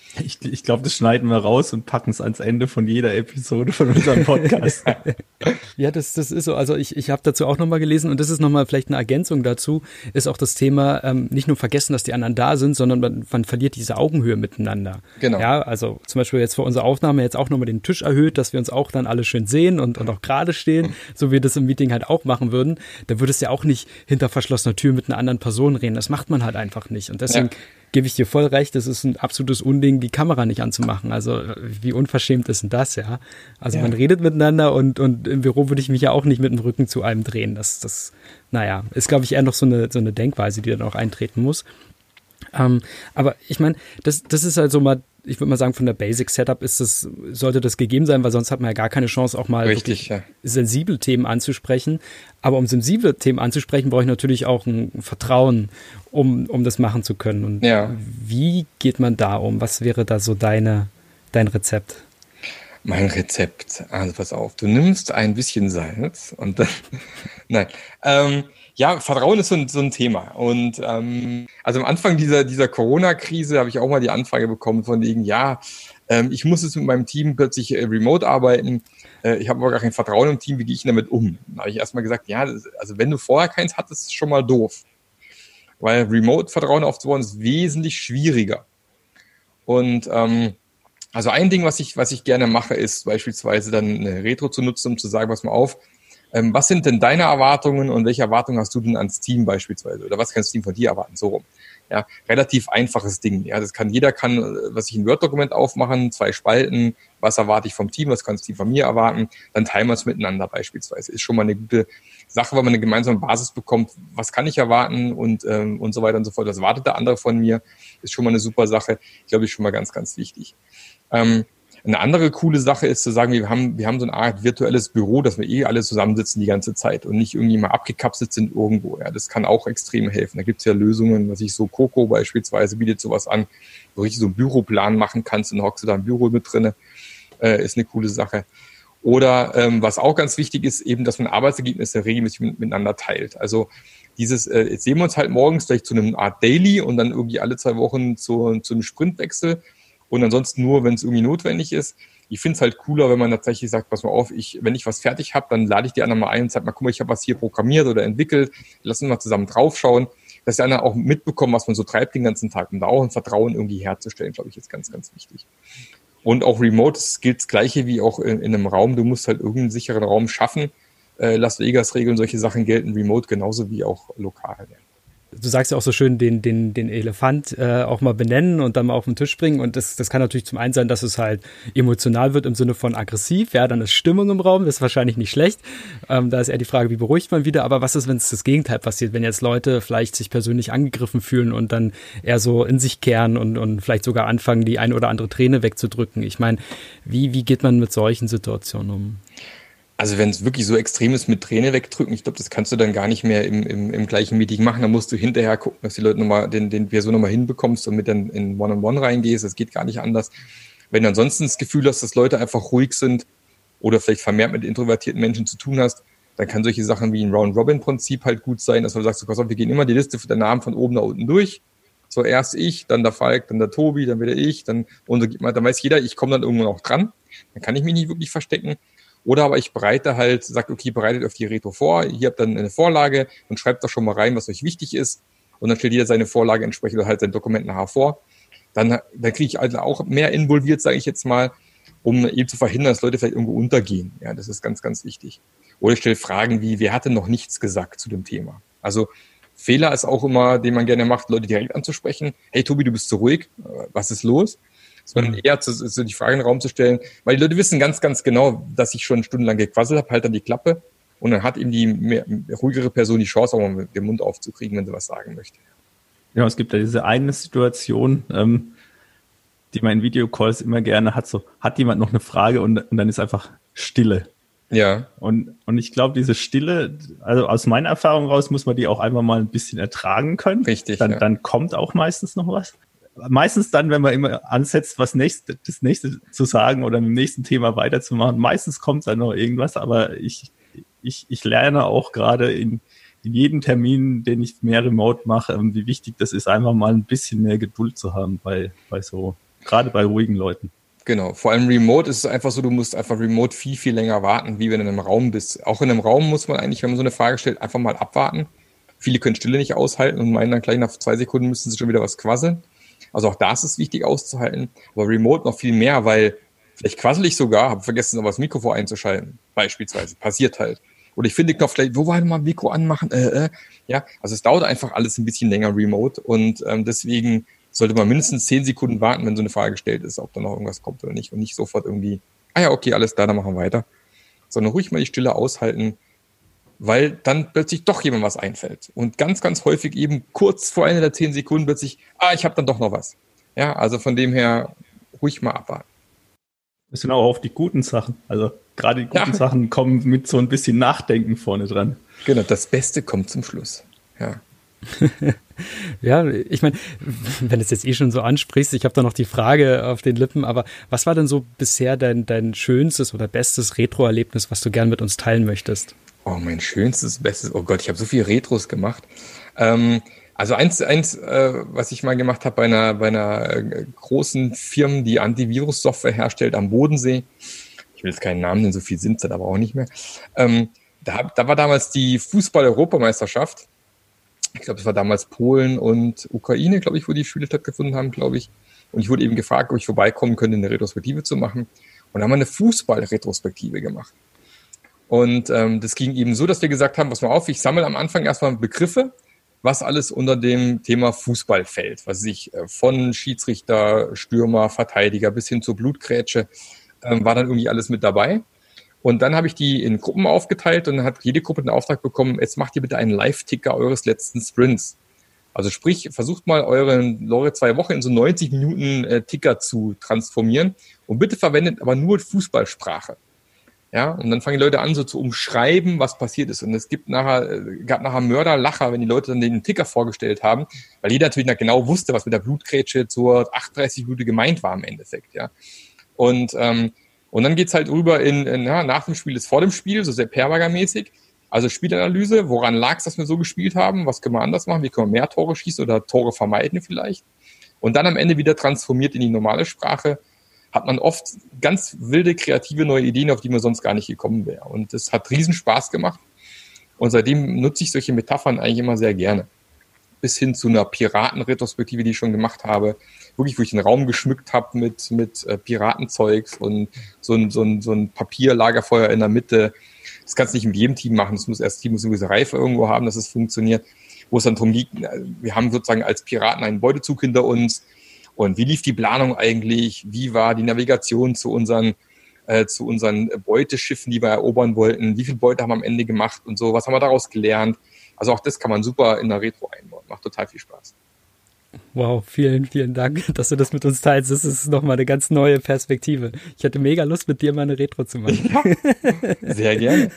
Ich, ich glaube, das schneiden wir raus und packen es ans Ende von jeder Episode von unserem Podcast. Ja, das, das ist so. Also ich, ich habe dazu auch nochmal gelesen und das ist nochmal vielleicht eine Ergänzung dazu, ist auch das Thema, ähm, nicht nur vergessen, dass die anderen da sind, sondern man, man verliert diese Augenhöhe miteinander. Genau. Ja, also zum Beispiel jetzt vor unserer Aufnahme jetzt auch nochmal den Tisch erhöht, dass wir uns auch dann alle schön sehen und, und auch gerade stehen, so wie wir das im Meeting halt auch machen würden. Da würdest du ja auch nicht hinter verschlossener Tür mit einer anderen Person reden. Das macht man halt einfach nicht. Und deswegen ja. gebe ich dir voll recht, es ist ein absolutes Unding, die Kamera nicht anzumachen. Also wie unverschämt ist denn das, ja? Also ja. man redet miteinander und, und im Büro würde ich mich ja auch nicht mit dem Rücken zu einem drehen. Das, das naja, ist, glaube ich, eher noch so eine, so eine Denkweise, die dann auch eintreten muss. Ähm, aber ich meine, das, das ist halt so mal, ich würde mal sagen, von der Basic-Setup ist das, sollte das gegeben sein, weil sonst hat man ja gar keine Chance, auch mal Richtig, ja. sensible Themen anzusprechen. Aber um sensible Themen anzusprechen, brauche ich natürlich auch ein Vertrauen, um, um das machen zu können. Und ja. wie geht man da um? Was wäre da so deine, dein Rezept? Mein Rezept, also pass auf, du nimmst ein bisschen Salz und dann, nein, ähm, ja, Vertrauen ist so ein, so ein Thema und ähm, also am Anfang dieser, dieser Corona-Krise habe ich auch mal die Anfrage bekommen von wegen, ja, ähm, ich muss jetzt mit meinem Team plötzlich äh, remote arbeiten, äh, ich habe aber gar kein Vertrauen im Team, wie gehe ich damit um? Da habe ich erstmal gesagt, ja, das, also wenn du vorher keins hattest, ist es schon mal doof, weil Remote-Vertrauen aufzubauen ist wesentlich schwieriger und ähm, also ein Ding, was ich, was ich gerne mache, ist beispielsweise dann eine Retro zu nutzen, um zu sagen, pass mal auf, ähm, was sind denn deine Erwartungen und welche Erwartungen hast du denn ans Team beispielsweise? Oder was kann das Team von dir erwarten? So rum. Ja, relativ einfaches Ding. Ja, das kann, jeder kann, was ich ein Word-Dokument aufmachen, zwei Spalten, was erwarte ich vom Team, was kann das Team von mir erwarten, dann teilen wir es miteinander beispielsweise. Ist schon mal eine gute Sache, weil man eine gemeinsame Basis bekommt, was kann ich erwarten und, ähm, und so weiter und so fort. Was erwartet der andere von mir? Ist schon mal eine super Sache. Ich glaube, ist schon mal ganz, ganz wichtig. Ähm, eine andere coole Sache ist zu sagen, wir haben, wir haben so eine Art virtuelles Büro, dass wir eh alle zusammensitzen die ganze Zeit und nicht irgendwie mal abgekapselt sind irgendwo. Ja, das kann auch extrem helfen. Da gibt's ja Lösungen, was ich so, Coco beispielsweise bietet sowas an, wo du richtig so einen Büroplan machen kannst und hockst du da im Büro mit drinne, äh, ist eine coole Sache. Oder ähm, was auch ganz wichtig ist, eben, dass man Arbeitsergebnisse regelmäßig mit, miteinander teilt. Also dieses, äh, jetzt sehen wir uns halt morgens vielleicht zu einem Art Daily und dann irgendwie alle zwei Wochen zu, zu einem Sprintwechsel. Und ansonsten nur, wenn es irgendwie notwendig ist. Ich finde es halt cooler, wenn man tatsächlich sagt, pass mal auf, ich, wenn ich was fertig habe, dann lade ich die anderen mal ein und sage mal, guck mal, ich habe was hier programmiert oder entwickelt. Lass uns mal zusammen draufschauen, dass die anderen auch mitbekommen, was man so treibt den ganzen Tag. Und da auch ein Vertrauen irgendwie herzustellen, glaube ich, ist ganz, ganz wichtig. Und auch remote, es gilt das Gleiche wie auch in, in einem Raum. Du musst halt irgendeinen sicheren Raum schaffen. Äh, Las Vegas-Regeln, solche Sachen gelten remote genauso wie auch lokal. Ja. Du sagst ja auch so schön, den, den, den Elefant äh, auch mal benennen und dann mal auf den Tisch bringen. Und das, das kann natürlich zum einen sein, dass es halt emotional wird im Sinne von aggressiv. Ja, dann ist Stimmung im Raum, das ist wahrscheinlich nicht schlecht. Ähm, da ist eher die Frage, wie beruhigt man wieder. Aber was ist, wenn es das Gegenteil passiert? Wenn jetzt Leute vielleicht sich persönlich angegriffen fühlen und dann eher so in sich kehren und, und vielleicht sogar anfangen, die eine oder andere Träne wegzudrücken. Ich meine, wie, wie geht man mit solchen Situationen um? Also wenn es wirklich so extrem ist mit Träne wegdrücken, ich glaube, das kannst du dann gar nicht mehr im, im, im gleichen Meeting machen. Da musst du hinterher gucken, dass die Leute nochmal, den, den Person nochmal hinbekommst und mit dann in One-on-One reingehst. Das geht gar nicht anders. Wenn du ansonsten das Gefühl hast, dass Leute einfach ruhig sind oder vielleicht vermehrt mit introvertierten Menschen zu tun hast, dann kann solche Sachen wie ein Round-Robin-Prinzip halt gut sein, dass du sagst, pass auf, wir gehen immer die Liste der Namen von oben nach unten durch. So erst ich, dann der Falk, dann der Tobi, dann wieder ich, dann, und dann weiß jeder, ich komme dann irgendwann auch dran. Dann kann ich mich nicht wirklich verstecken. Oder aber ich bereite halt, sag, okay, bereitet auf die Retro vor, ihr habt dann eine Vorlage und schreibt da schon mal rein, was euch wichtig ist. Und dann stellt jeder seine Vorlage entsprechend halt sein Dokument nachher vor. Dann, dann kriege ich halt auch mehr involviert, sage ich jetzt mal, um eben zu verhindern, dass Leute vielleicht irgendwo untergehen. Ja, das ist ganz, ganz wichtig. Oder ich stelle Fragen wie, wer hatte noch nichts gesagt zu dem Thema? Also Fehler ist auch immer, den man gerne macht, Leute direkt anzusprechen. Hey Tobi, du bist zu ruhig, was ist los? Sondern eher zu, zu die Frage in den Raum zu stellen, weil die Leute wissen ganz, ganz genau, dass ich schon stundenlang gequasselt habe, halt dann die Klappe und dann hat eben die mehr, ruhigere Person die Chance, auch mal den Mund aufzukriegen, wenn sie was sagen möchte. Ja, es gibt ja diese eine Situation, ähm, die man in Videocalls immer gerne hat, so, hat jemand noch eine Frage und, und dann ist einfach Stille. Ja. Und, und ich glaube, diese Stille, also aus meiner Erfahrung raus, muss man die auch einfach mal ein bisschen ertragen können. Richtig, Dann, ja. dann kommt auch meistens noch was. Meistens dann, wenn man immer ansetzt, was nächste, das nächste zu sagen oder mit dem nächsten Thema weiterzumachen, meistens kommt dann noch irgendwas, aber ich, ich, ich lerne auch gerade in, in jedem Termin, den ich mehr remote mache, wie wichtig das ist, einfach mal ein bisschen mehr Geduld zu haben bei, bei so Gerade bei ruhigen Leuten. Genau, vor allem Remote ist es einfach so, du musst einfach Remote viel, viel länger warten, wie wenn du in einem Raum bist. Auch in einem Raum muss man eigentlich, wenn man so eine Frage stellt, einfach mal abwarten. Viele können Stille nicht aushalten und meinen dann gleich nach zwei Sekunden müssen sie schon wieder was quasseln. Also auch da ist es wichtig auszuhalten. Aber Remote noch viel mehr, weil vielleicht quassel ich sogar, habe vergessen, aber das Mikro einzuschalten, beispielsweise. Passiert halt. Oder ich finde den Knopf vielleicht, wo war denn mal Mikro anmachen? Äh, äh. Ja, also es dauert einfach alles ein bisschen länger Remote und ähm, deswegen sollte man mindestens zehn Sekunden warten, wenn so eine Frage gestellt ist, ob da noch irgendwas kommt oder nicht und nicht sofort irgendwie, ah ja, okay, alles klar, dann machen wir weiter. Sondern ruhig mal die Stille aushalten, weil dann plötzlich doch jemand was einfällt. Und ganz, ganz häufig eben kurz vor Ende der zehn Sekunden plötzlich, ah, ich habe dann doch noch was. Ja, also von dem her ruhig mal abwarten. Das sind auch auf die guten Sachen. Also gerade die guten ja. Sachen kommen mit so ein bisschen Nachdenken vorne dran. Genau, das Beste kommt zum Schluss. Ja. Ja, ich meine, wenn du es jetzt eh schon so ansprichst, ich habe da noch die Frage auf den Lippen, aber was war denn so bisher dein, dein schönstes oder bestes Retro-Erlebnis, was du gern mit uns teilen möchtest? Oh, mein schönstes, bestes, oh Gott, ich habe so viele Retros gemacht. Ähm, also eins, eins äh, was ich mal gemacht habe bei einer, bei einer äh, großen Firma, die Antivirus-Software herstellt am Bodensee. Ich will jetzt keinen Namen nennen, so viel sind es aber auch nicht mehr. Ähm, da, da war damals die Fußball-Europameisterschaft. Ich glaube, es war damals Polen und Ukraine, glaube ich, wo die Spiele stattgefunden haben, glaube ich. Und ich wurde eben gefragt, ob ich vorbeikommen könnte, eine Retrospektive zu machen. Und da haben wir eine Fußball-Retrospektive gemacht. Und ähm, das ging eben so, dass wir gesagt haben, pass mal auf, ich sammle am Anfang erstmal Begriffe, was alles unter dem Thema Fußball fällt. Was ich äh, von Schiedsrichter, Stürmer, Verteidiger bis hin zur Blutgrätsche ähm, war dann irgendwie alles mit dabei. Und dann habe ich die in Gruppen aufgeteilt und dann hat jede Gruppe den Auftrag bekommen, jetzt macht ihr bitte einen Live-Ticker eures letzten Sprints. Also sprich, versucht mal eure, eure zwei Wochen in so neunzig Minuten äh, Ticker zu transformieren und bitte verwendet aber nur Fußballsprache. Ja, und dann fangen die Leute an, so zu umschreiben, was passiert ist. Und es gibt nachher, gab nachher Mörderlacher, wenn die Leute dann den Ticker vorgestellt haben, weil jeder natürlich genau wusste, was mit der Blutgrätsche zur achtunddreißig Minute gemeint war im Endeffekt, ja. Und, ähm, und dann geht's halt rüber in, in ja, nach dem Spiel ist vor dem Spiel, so sehr Perberger-mäßig. Also Spielanalyse, woran lag's, dass wir so gespielt haben? Was können wir anders machen? Wie können wir mehr Tore schießen oder Tore vermeiden vielleicht? Und dann am Ende wieder transformiert in die normale Sprache, hat man oft ganz wilde, kreative neue Ideen, auf die man sonst gar nicht gekommen wäre. Und das hat riesen Spaß gemacht. Und seitdem nutze ich solche Metaphern eigentlich immer sehr gerne. Bis hin zu einer Piratenretrospektive, die ich schon gemacht habe. Wirklich, wo ich den Raum geschmückt habe mit, mit äh, Piratenzeugs und so ein, so ein, so ein Papierlagerfeuer in der Mitte. Das kannst du nicht mit jedem Team machen. Das muss erst Team muss eine gewisse Reife irgendwo haben, dass es funktioniert. Wo es dann darum geht, wir haben sozusagen als Piraten einen Beutezug hinter uns. Und wie lief die Planung eigentlich? Wie war die Navigation zu unseren, äh, zu unseren Beuteschiffen, die wir erobern wollten? Wie viel Beute haben wir am Ende gemacht und so? Was haben wir daraus gelernt? Also auch das kann man super in der Retro einbauen. Macht total viel Spaß. Wow, vielen, vielen Dank, dass du das mit uns teilst. Das ist nochmal eine ganz neue Perspektive. Ich hatte mega Lust, mit dir mal eine Retro zu machen. Ja, sehr gerne.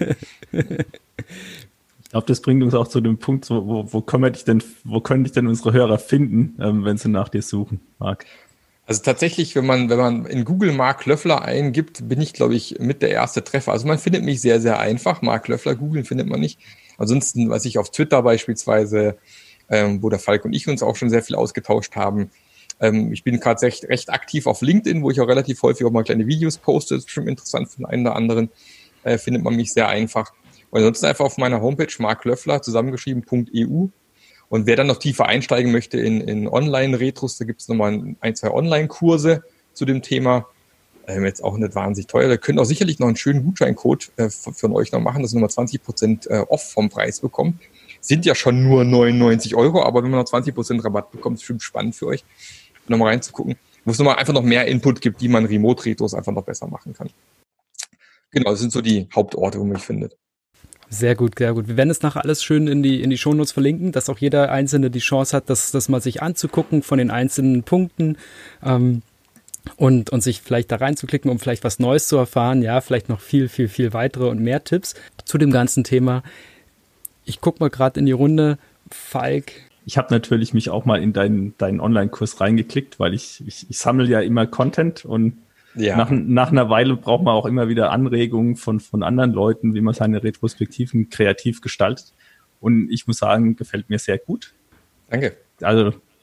Ich glaube, das bringt uns auch zu dem Punkt, wo, wo, wo, können wir dich denn, wo können dich denn unsere Hörer finden, ähm, wenn sie nach dir suchen, Marc? Also tatsächlich, wenn man, wenn man in Google Marc Löffler eingibt, bin ich, glaube ich, mit der erste Treffer. Also man findet mich sehr, sehr einfach. Marc Löffler googeln findet man nicht. Ansonsten, was ich auf Twitter beispielsweise, ähm, wo der Falk und ich uns auch schon sehr viel ausgetauscht haben. Ähm, ich bin gerade recht, recht aktiv auf LinkedIn, wo ich auch relativ häufig auch mal kleine Videos poste. Das ist bestimmt interessant für den einen oder anderen. Äh, findet man mich sehr einfach. Und ansonsten einfach auf meiner Homepage marklöffler zusammengeschrieben.eu. Und wer dann noch tiefer einsteigen möchte in, in Online-Retros, da gibt es nochmal ein, zwei Online-Kurse zu dem Thema. Ähm, jetzt auch nicht wahnsinnig teuer. Da könnt ihr auch sicherlich noch einen schönen Gutscheincode äh, von euch noch machen, dass ihr nochmal zwanzig Prozent äh, off vom Preis bekommt. Sind ja schon nur neunundneunzig Euro, aber wenn man noch zwanzig Prozent Rabatt bekommt, ist bestimmt spannend für euch, nochmal reinzugucken. Wo es nochmal einfach noch mehr Input gibt, wie man Remote-Retros einfach noch besser machen kann. Genau, das sind so die Hauptorte, wo man mich findet. Sehr gut, sehr gut. Wir werden es nachher alles schön in die, in die Shownotes verlinken, dass auch jeder Einzelne die Chance hat, das, das mal sich anzugucken von den einzelnen Punkten ähm, und, und sich vielleicht da reinzuklicken, um vielleicht was Neues zu erfahren. Ja, vielleicht noch viel, viel, viel weitere und mehr Tipps zu dem ganzen Thema. Ich gucke mal gerade in die Runde. Falk. Ich habe natürlich mich auch mal in deinen, deinen Online-Kurs reingeklickt, weil ich, ich, ich sammle ja immer Content und Ja. Nach, nach einer Weile braucht man auch immer wieder Anregungen von, von anderen Leuten, wie man seine Retrospektiven kreativ gestaltet. Und ich muss sagen, gefällt mir sehr gut. Danke. Also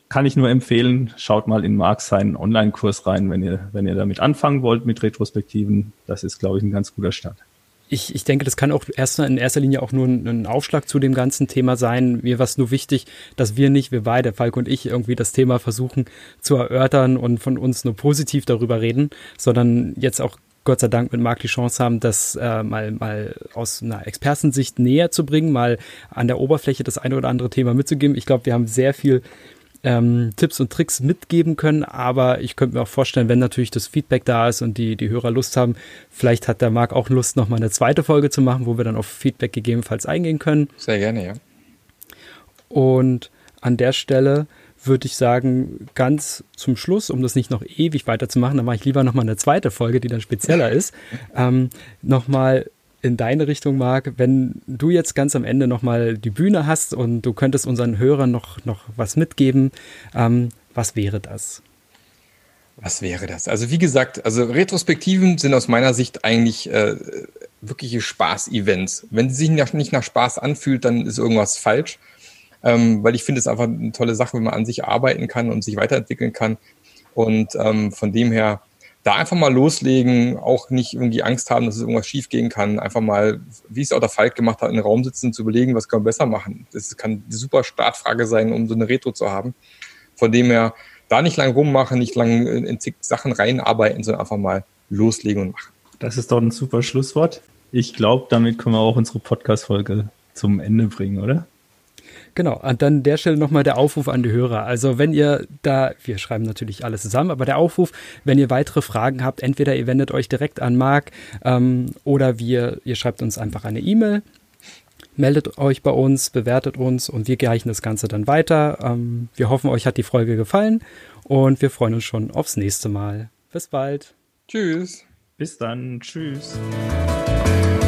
kann ich nur empfehlen, schaut mal in Marc seinen Online-Kurs rein, wenn ihr, wenn ihr damit anfangen wollt mit Retrospektiven. Das ist, glaube ich, ein ganz guter Start. Ich, ich denke, das kann auch erst in erster Linie auch nur ein, ein Aufschlag zu dem ganzen Thema sein. Mir war es nur wichtig, dass wir nicht, wir beide, Falk und ich, irgendwie das Thema versuchen zu erörtern und von uns nur positiv darüber reden, sondern jetzt auch Gott sei Dank mit Marc die Chance haben, das äh, mal, mal aus einer Expertensicht näher zu bringen, mal an der Oberfläche das eine oder andere Thema mitzugeben. Ich glaube, wir haben sehr viel Ähm, Tipps und Tricks mitgeben können, aber ich könnte mir auch vorstellen, wenn natürlich das Feedback da ist und die, die Hörer Lust haben, vielleicht hat der Marc auch Lust, nochmal eine zweite Folge zu machen, wo wir dann auf Feedback gegebenenfalls eingehen können. Sehr gerne, ja. Und an der Stelle würde ich sagen, ganz zum Schluss, um das nicht noch ewig weiterzumachen, dann mache ich lieber nochmal eine zweite Folge, die dann spezieller ist, ähm, nochmal in deine Richtung, Marc, wenn du jetzt ganz am Ende nochmal die Bühne hast und du könntest unseren Hörern noch, noch was mitgeben, ähm, was wäre das? Was wäre das? Also wie gesagt, also Retrospektiven sind aus meiner Sicht eigentlich äh, wirkliche Spaß-Events. Wenn sie sich nicht, nicht nach Spaß anfühlt, dann ist irgendwas falsch, ähm, weil ich finde es einfach eine tolle Sache, wenn man an sich arbeiten kann und sich weiterentwickeln kann und ähm, von dem her da einfach mal loslegen, auch nicht irgendwie Angst haben, dass es irgendwas schief gehen kann. Einfach mal, wie es auch der Falk gemacht hat, in den Raum sitzen und zu überlegen, was können wir besser machen. Das kann eine super Startfrage sein, um so eine Retro zu haben. Von dem her, da nicht lang rummachen, nicht lang in zig Sachen reinarbeiten, sondern einfach mal loslegen und machen. Das ist doch ein super Schlusswort. Ich glaube, damit können wir auch unsere Podcast-Folge zum Ende bringen, oder? Genau, und dann an der Stelle nochmal der Aufruf an die Hörer. Also wenn ihr da, wir schreiben natürlich alles zusammen, aber der Aufruf, wenn ihr weitere Fragen habt, entweder ihr wendet euch direkt an Marc ähm, oder wir, ihr schreibt uns einfach eine E-Mail, meldet euch bei uns, bewertet uns und wir reichen das Ganze dann weiter. Ähm, wir hoffen, euch hat die Folge gefallen und wir freuen uns schon aufs nächste Mal. Bis bald. Tschüss. Bis dann. Tschüss.